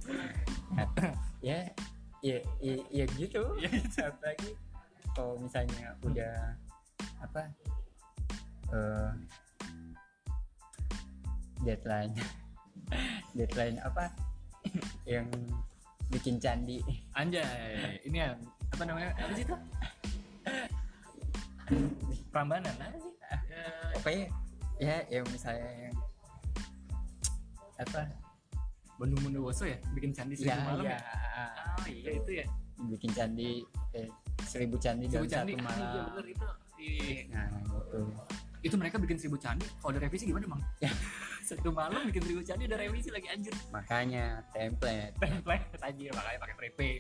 ya ya ya, ya gitu. Ya gitu. Apalagi kalau misalnya udah apa eh, deadline deadline apa yang bikin candi. Anjay, ini ya, apa namanya? Apa sih itu? Prambanan, apa sih? Eh, Pokoknya ya yang misalnya yang apa Bandung Bondowoso ya? Bikin candi seribu ya malam ya ya? Oh iya itu ya. bikin candi eh, seribu candi Seribu dalam candi, satu ah, malam. iya bener itu. Iya. Nah gitu. Itu mereka bikin seribu candi, kalau ada revisi gimana bang? Satu malam bikin seribu candi udah revisi lagi anjir. Makanya template. Template anjir, makanya pakai prepay.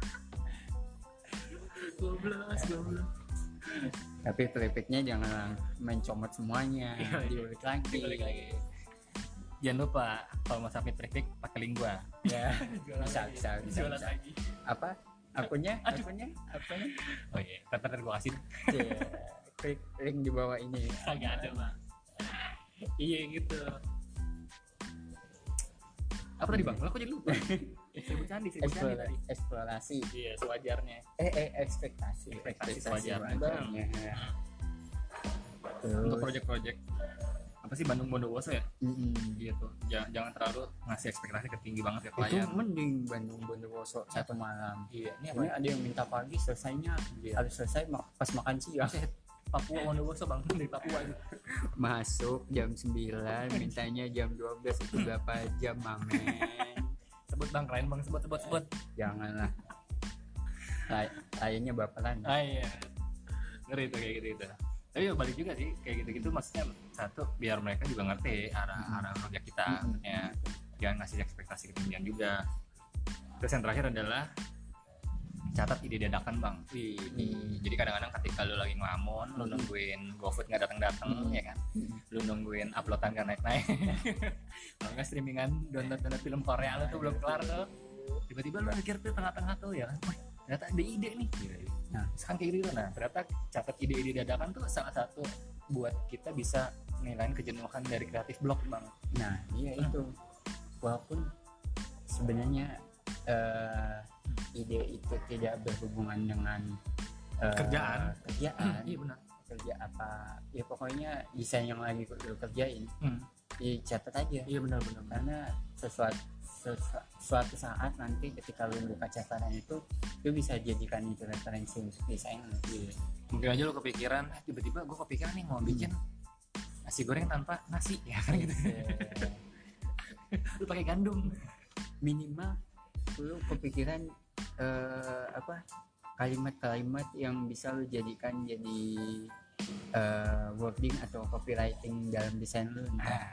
Goblok, goblok. Tapi playbacknya jangan mencomot semuanya, Iya, iya. diulik lagi. Diulik lagi. Jangan lupa kalau mau submit prepay pakai link gua. Ya, Jualan bisa, lagi. bisa, bisa, Jualan bisa. lagi. Apa? Akunnya? Aduh. Akunnya? Akunnya? Oh iya, ntar ntar gua kasih. Iya, klik link di bawah ini. Kagak ada bang. Iya gitu. Apa tadi bang? Lo kok jadi lupa? Seribu candi, seribu candi Eksplora- tadi. Eksplorasi. Iya, sewajarnya. Eh, eh, ekspektasi. Ekspektasi sewajarnya, wajarnya. Untuk Terus, project-project apa sih Bandung Bondowoso ya? mm-mm. Gitu. Jangan jangan terlalu ngasih ekspektasi ke tinggi banget ke itu klien. mending Bandung Bondowoso satu malam. Iya, ini apa? Ini ada yang minta pagi, selesainya Iya. harus selesai mak- pas makan siang. Buset, Papua Bondowoso bang, dari Papua itu. Masuk jam sembilan, mintanya jam dua belas, itu berapa jam, mamen? Sebut bang, keren bang, sebut sebut sebut. Janganlah. Lay- Layaknya baperan. Ah iya, ngeri tuh kayak gitu gitu. Tapi ya balik juga sih, kayak gitu-gitu maksudnya satu biar mereka juga ngerti arah arah project kita, Mm-mm. maksudnya jangan ngasih ekspektasi ketinggian juga. Terus yang terakhir adalah catat ide dadakan bang. Wih, ini. Jadi kadang-kadang ketika lu lagi ngelamun, lu nungguin GoFood nggak datang-datang, Mm. ya kan? Lu nungguin uploadan nggak naik-naik. Kalau nggak streamingan download-download film Korea lu tuh belum kelar tuh. Tiba-tiba lu mikir tuh tengah-tengah tuh ya kan, wih ternyata ada ide nih. Nah. Sekarang kayak gitu. Nah ternyata catat ide-ide dadakan tuh salah satu buat kita bisa nilaiin kejenuhan dari kreatif blog bang. Nah iya hmm. itu walaupun sebenarnya uh, ide itu tidak berhubungan dengan uh, kerjaan kerjaan iya benar, kerja apa ya pokoknya desain yang lagi lu kerjain hmm. dicatat aja. Iya benar-benar karena sesuatu sesu- suatu saat nanti ketika lu buka catatan itu lu bisa jadikan itu referensi untuk desain lu. Iya. Mungkin aja lu kepikiran eh, tiba-tiba gue kepikiran nih mau bikin hmm. nasi goreng tanpa nasi ya kan gitu. Lu pakai gandum minimal lu kepikiran uh, apa kalimat-kalimat yang bisa lu jadikan jadi uh, wording atau copywriting dalam desain lu. Nah,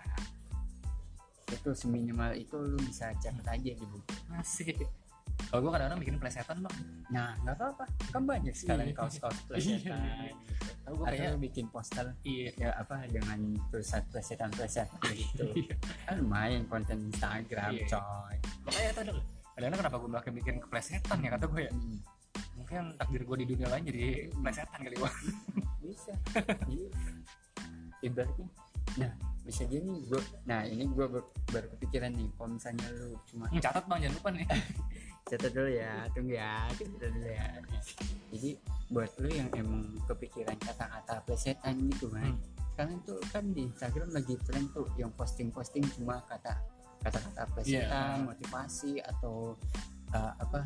itu seminimal itu lu bisa catat aja di buku. Asik. Kalau gue kadang-kadang bikin plesetan bang. Nah nggak apa-apa, kan banyak sekarang kaos-kaos plesetan. Tahu gue kayak bikin poster iya. ya apa dengan tulisan plesetan-plesetan gitu. Kan lumayan konten Instagram iya. coy. Makanya itu dong. Kadang-kadang kenapa gue bakal bikin keplesetan ya kata gue ya. Hmm. Mungkin takdir gue di dunia lain jadi plesetan kali gue. Bisa. Jadi ibaratnya. Nah bisa jadi gue. Nah ini gue ber- baru kepikiran nih. Kalau misalnya lu cuma. Hmm, catat bang jangan lupa nih. Catat dulu ya, tunggu ya, catat dulu ya. Jadi buat lu yang emang kepikiran kata-kata plesetan gitu kan. Hmm. Sekarang tuh kan di Instagram lagi tren tuh yang posting-posting cuma kata kata-kata plesetan, yeah. motivasi atau uh, apa?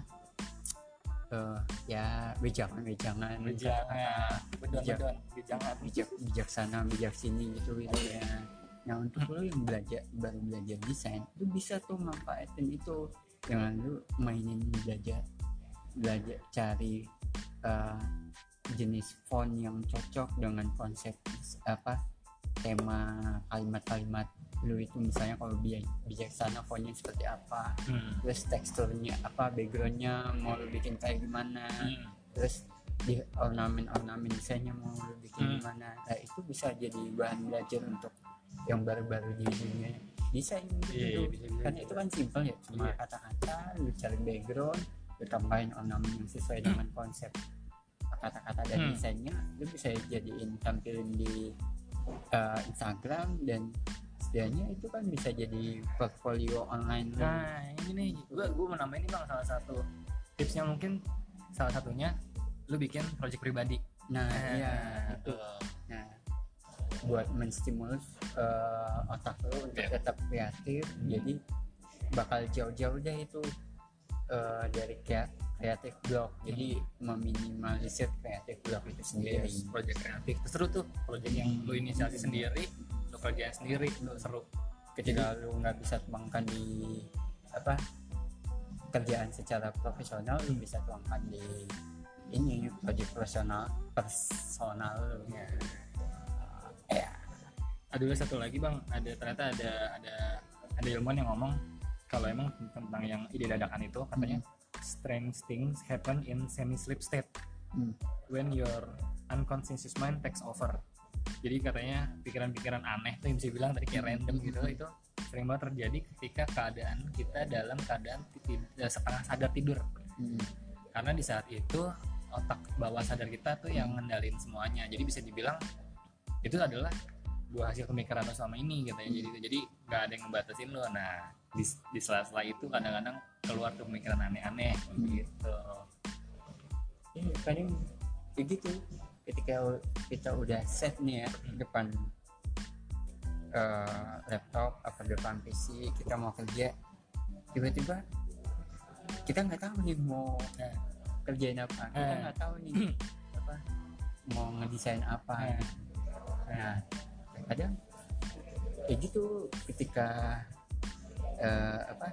Uh, ya wejangan-wejangan, wejangan, bijak, bijak, bijak, bijaksana, bijak sini gitu gitu ya. Nah untuk lo yang belajar baru belajar desain, lu bisa tuh manfaatin itu. Jangan lu mainin belajar, belajar cari uh, jenis font yang cocok dengan konsep apa tema kalimat-kalimat lu itu. Misalnya kalau bijaksana fontnya seperti apa, hmm. terus teksturnya apa, backgroundnya mau lu bikin kayak gimana, hmm. terus di ornamen-ornamen desainnya mau lu bikin hmm. gimana. Nah itu bisa jadi bahan belajar untuk yang baru-baru di dunia desain gitu. Yeah, karena itu kan simpel ya, cuma yeah. kata-kata lu cari background, lu tambahin ornamen yang sesuai hmm. dengan konsep kata-kata dan hmm. desainnya, lu bisa jadiin tampilin di uh, Instagram dan setidaknya itu kan bisa jadi portfolio online. Nah ini nih gue gue mau nambahin nih bang salah satu tipsnya, mungkin salah satunya lu bikin project pribadi. Nah iya nah, itu uh. nah buat menstimulus uh, otak lu untuk yeah. tetap kreatif, hmm. jadi bakal jauh-jauh deh itu uh, dari kreatif blog. hmm. Jadi meminimalisir kreatif blog itu sendiri. Yes, project kreatif itu seru tuh, project yang lu inisiasi hmm. sendiri, lu kerjain sendiri, lu seru. Ketika lu nggak bisa tuangkan di apa kerjaan secara profesional, lu bisa tuangkan di ini project personal personal lu. Yeah. Ya. Ada satu lagi bang, ada ternyata ada ada ada ilmuwan yang ngomong kalau emang tentang yang ide dadakan itu katanya hmm. strange things happen in semi sleep state hmm. when your unconscious mind takes over. Jadi katanya pikiran-pikiran aneh tuh yang bisa bilang tadi kayak random gitu hmm. itu sering banget terjadi ketika keadaan kita dalam keadaan tid- setengah sadar tidur. hmm. Karena di saat itu otak bawah sadar kita tuh yang ngendalin semuanya. Jadi bisa dibilang itu adalah buah hasil pemikiran lo selama ini katanya. Jadi jadi nggak ada yang ngebatasin lo. Nah di, di sela-sela itu kadang-kadang keluar tuh pemikiran aneh-aneh hmm. gitu. Ya kadang kayak gitu ketika kita udah set nih ya hmm. depan uh, laptop apa depan P C kita mau kerja, tiba-tiba kita nggak tahu nih mau nah, kerjain apa, kita nggak tahu nih apa mau ngedesain apa. nah. Nah, kadang kayak gitu ketika uh, apa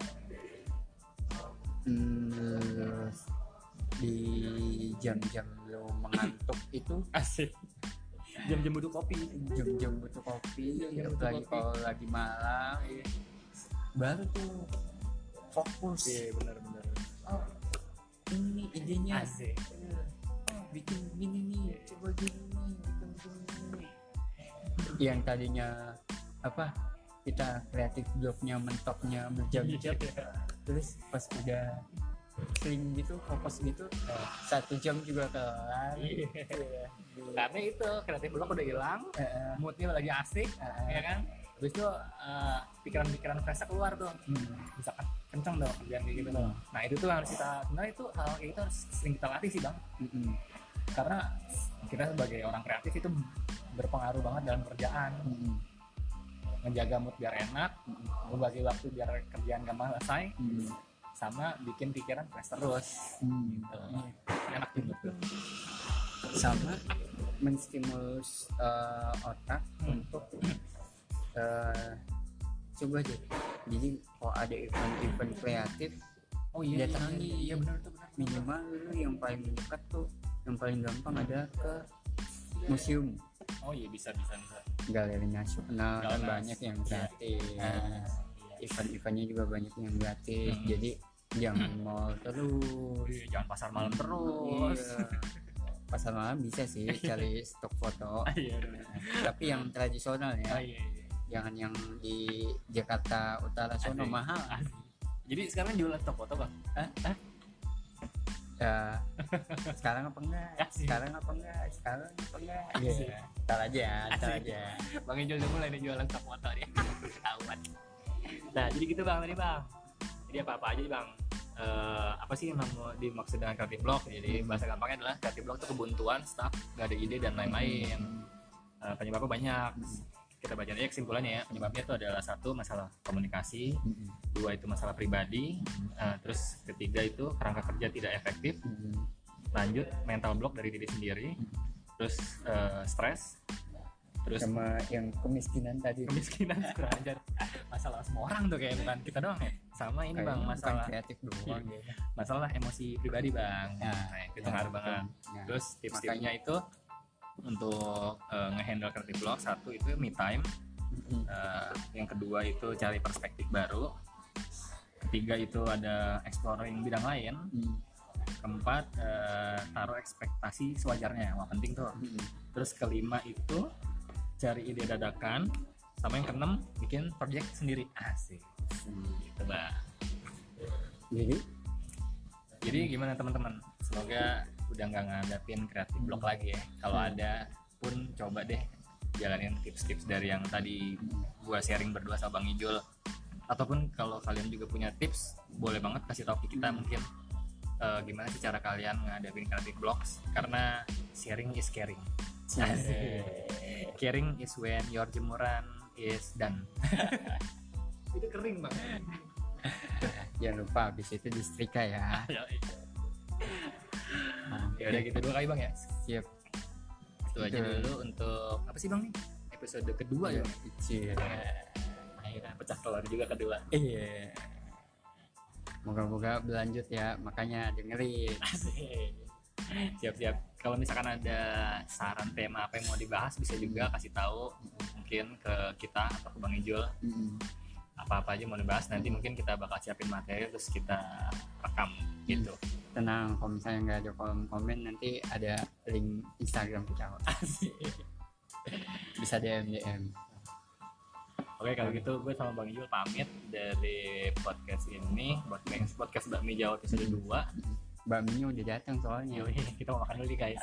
mm, di jam-jam lo mengantuk itu asik, jam-jam butuh kopi, jam-jam butuh kopi, jam lagi kalau lagi malam, iya. baru tuh fokus. Iya benar-benar. Oh ini idenya asik. Oh, bikin gini nih, coba gini nih, bikin gini. Yang tadinya apa kita kreatif blognya mentoknya berjam-jam, terus pas udah sling gitu, fokus gitu, satu jam juga kelar. Iya. Karena itu kreatif blok udah hilang, Uh, moodnya lagi asik, uh, ya kan? Habis itu uh, pikiran-pikiran fresh keluar tuh, hmm. bisa kenceng dong kerjaan kayak gitu tuh. Hmm. Nah itu tuh harus kita, sebenarnya itu hal kayak gitu harus sering kita latih sih bang, Hmm. karena kita sebagai orang kreatif itu berpengaruh banget dalam kerjaan. Hmm. Menjaga mood biar enak, Hmm. membagi waktu biar kerjaan gampang selesai, Hmm. sama bikin pikiran fresh terus. Hmm. Gitu. Enak juga tuh. Sama menstimulus uh, otak Hmm. untuk uh, coba deh. Jadi kalau ada event-event kreatif, Oh iya, datangi. iya, iya benar tuh benar. minimal lu yang paling dekat tuh, yang paling gampang ada ke museum, Oh iya bisa bisa bisa. galeri nasional kan Galeri. banyak yang Iya. gratis. Iya. Event-eventnya juga banyak yang gratis. Hmm. Jadi jangan mall terus. Iya, jangan pasar malam terus. Iya. Pasar malam bisa sih cari stok foto, Iya benar. tapi yang tradisional ya. Ah, iya, iya. Jangan yang di Jakarta Utara sono Asik. mahal. Asik. Jadi sekarang jualan stok foto bang? Hah? Hah? Ya, sekarang apa enggak? Asik. Sekarang apa enggak? Sekarang apa enggak? Asik. Iya. Ntar aja, ntar Asik. aja. Bang Ijol udah mulai nih jualan stok foto dia. Ketahuan. Nah jadi gitu bang tadi bang. Jadi apa apa aja bang. Eh, apa sih yang mau dimaksud dengan creative block? Jadi bahasa gampangnya adalah creative block itu kebuntuan, stuck, gak ada ide dan lain-lain. Eh, penyebabnya banyak. Kita baca aja kesimpulannya ya. Penyebabnya itu adalah satu masalah komunikasi, Mm-mm. dua itu masalah pribadi, eh, terus ketiga itu kerangka kerja tidak efektif, Mm-mm. lanjut mental block dari diri sendiri, terus eh, stres, terus Sama yang kemiskinan tadi. kemiskinan kurang ajar. Masalah semua orang tuh kayak bukan kita doang ya. Sama ini bang Kayaknya bukan masalah kreatif doang. Iya. masalah emosi pribadi bang. Ya, Nah, itu ya, ngaruh banget. Ya. Terus tips-tipsnya itu untuk uh, ngehandle creative block, satu itu me time, Mm-mm. uh, yang kedua itu cari perspektif baru, ketiga itu ada exploring bidang lain, Mm. keempat uh, taruh ekspektasi sewajarnya, wah penting tuh. Mm-mm. Terus kelima itu cari ide dadakan, sama yang keenam bikin project sendiri. Asik. Gitu bang. Jadi Jadi gimana teman-teman? Semoga udah nggak ngadapin kreatif block lagi ya. Kalau Hmm. ada pun coba deh jalanin tips-tips dari yang tadi gua sharing berdua sama Bang Ijul. Ataupun kalau kalian juga punya tips, boleh banget kasih tahu ke kita mungkin eh, gimana sih cara kalian ngadapin kreatif blocks. Karena sharing is caring. Asik. Caring is when your jemuran is done. Itu kering banget. jangan lupa habis itu disetrika ya. Ya udah gitu dua kali bang ya. Siap. Itu aja Gitu. dulu untuk apa sih bang nih episode kedua ya. Kecil. Akhirnya pecah telur juga kedua. Iya. Moga-moga berlanjut ya, makanya dengerin. Asik. Siap-siap. Kalau misalkan ada saran tema apa yang mau dibahas bisa juga kasih tahu mungkin ke kita atau ke Bang Ijul. Mm-mm. Apa-apa aja mau dibahas nanti mungkin kita bakal siapin materi terus kita rekam gitu. Tenang, kalau misalnya nggak ada kolom komen nanti ada link Instagram kita. Bisa D M D M. Oke kalau gitu gue sama Bang Ijul pamit dari podcast ini, podcast podcast Bakmi Jawa episode dua. Bakminya udah datang soalnya. Yoi, kita mau makan dulu nih guys.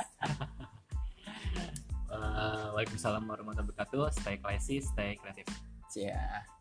Uh, Waalaikumsalam warahmatullahi wabarakatuh. Stay classy, stay kreatif. Cia.